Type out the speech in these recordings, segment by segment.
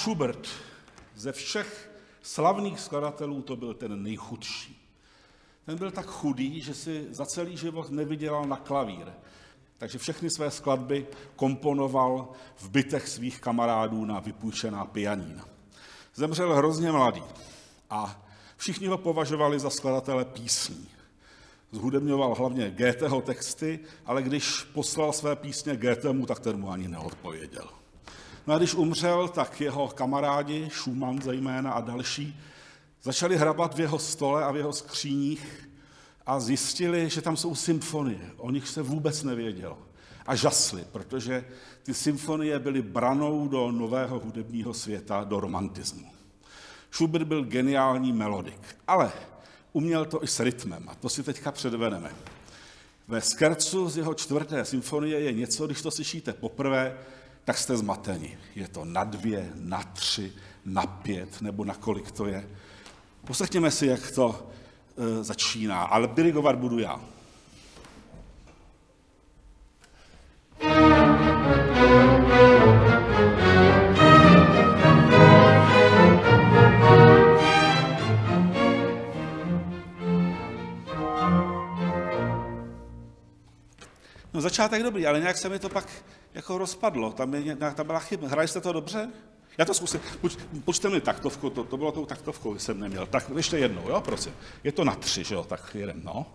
Schubert ze všech slavných skladatelů to byl ten nejchudší. Ten byl tak chudý, že si za celý život nevydělal na klavír. Takže všechny své skladby komponoval v bytech svých kamarádů na vypůjčená pianína. Zemřel hrozně mladý a všichni ho považovali za skladatele písní. Zhudebňoval hlavně Goetheho texty, ale když poslal své písně Goethemu, tak ten mu ani neodpověděl. No a když umřel, tak jeho kamarádi, Schumann zejména a další, začali hrabat v jeho stole a v jeho skříních a zjistili, že tam jsou symfonie, o nich se vůbec nevědělo. A žasli, protože ty symfonie byly branou do nového hudebního světa, do romantismu. Schubert byl geniální melodik, ale uměl to i s rytmem a to si teďka předvedeme. Ve Scherzu z jeho 4. symfonie je něco, když to slyšíte poprvé, tak jste zmateni. Je to na 2, na 3, na 5, nebo na kolik to je. Poslechněme si, jak to začíná, ale dirigovat budu já. No začátek dobrý, ale nějak se mi to pak jako rozpadlo, tam byla chyba. Hraje jste to dobře? Já to zkusím. Počte mi taktovku, to bylo tou taktovkou, jsem neměl. Tak ještě jednou, jo, prosím. Je to na 3, že jo, tak jedem, no.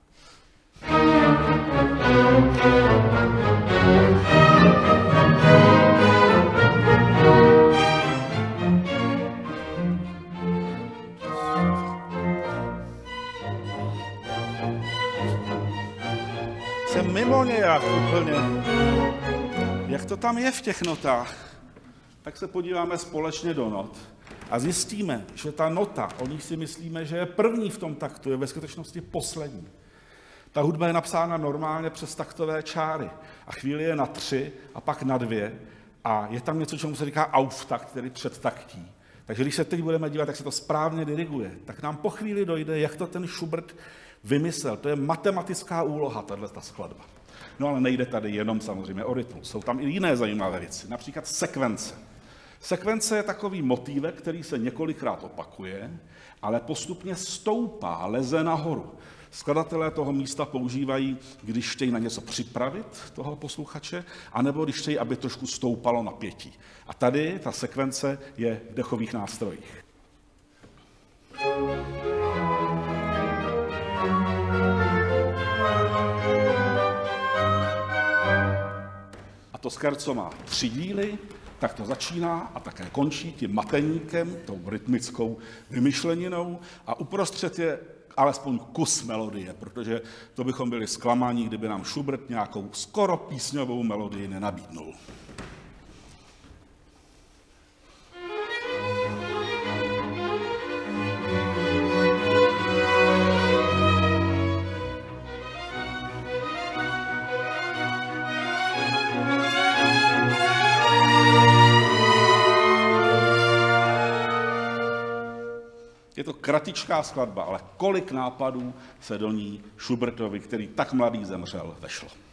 Jsem mimo nějak úplně. Jak to tam je v těch notách? Tak se podíváme společně do not a zjistíme, že ta nota, o ní si myslíme, že je první v tom taktu, je ve skutečnosti poslední. Ta hudba je napsána normálně přes taktové čáry a chvíli je na 3 a pak na 2 a je tam něco, čemu se říká auftakt, tedy předtaktí. Takže když se teď budeme dívat, jak se to správně diriguje, tak nám po chvíli dojde, jak to ten Schubert vymyslel. To je matematická úloha, tato skladba. No ale nejde tady jenom samozřejmě o rytmus. Jsou tam i jiné zajímavé věci, například sekvence. Sekvence je takový motívek, který se několikrát opakuje, ale postupně stoupá, leze nahoru. Skladatelé toho místa používají, když chtějí na něco připravit toho posluchače, anebo když chtějí, aby trošku stoupalo napětí. A tady ta sekvence je v dechových nástrojích. A to scherzo má 3 díly, tak to začíná a také končí tím mateníkem, tou rytmickou vymyšleninou a uprostřed je alespoň kus melodie, protože to bychom byli zklamáni, kdyby nám Schubert nějakou skoro písňovou melodii nenabídnul. Je to kratičká skladba, ale kolik nápadů se do ní Schubertovi, který tak mladý zemřel, vešlo.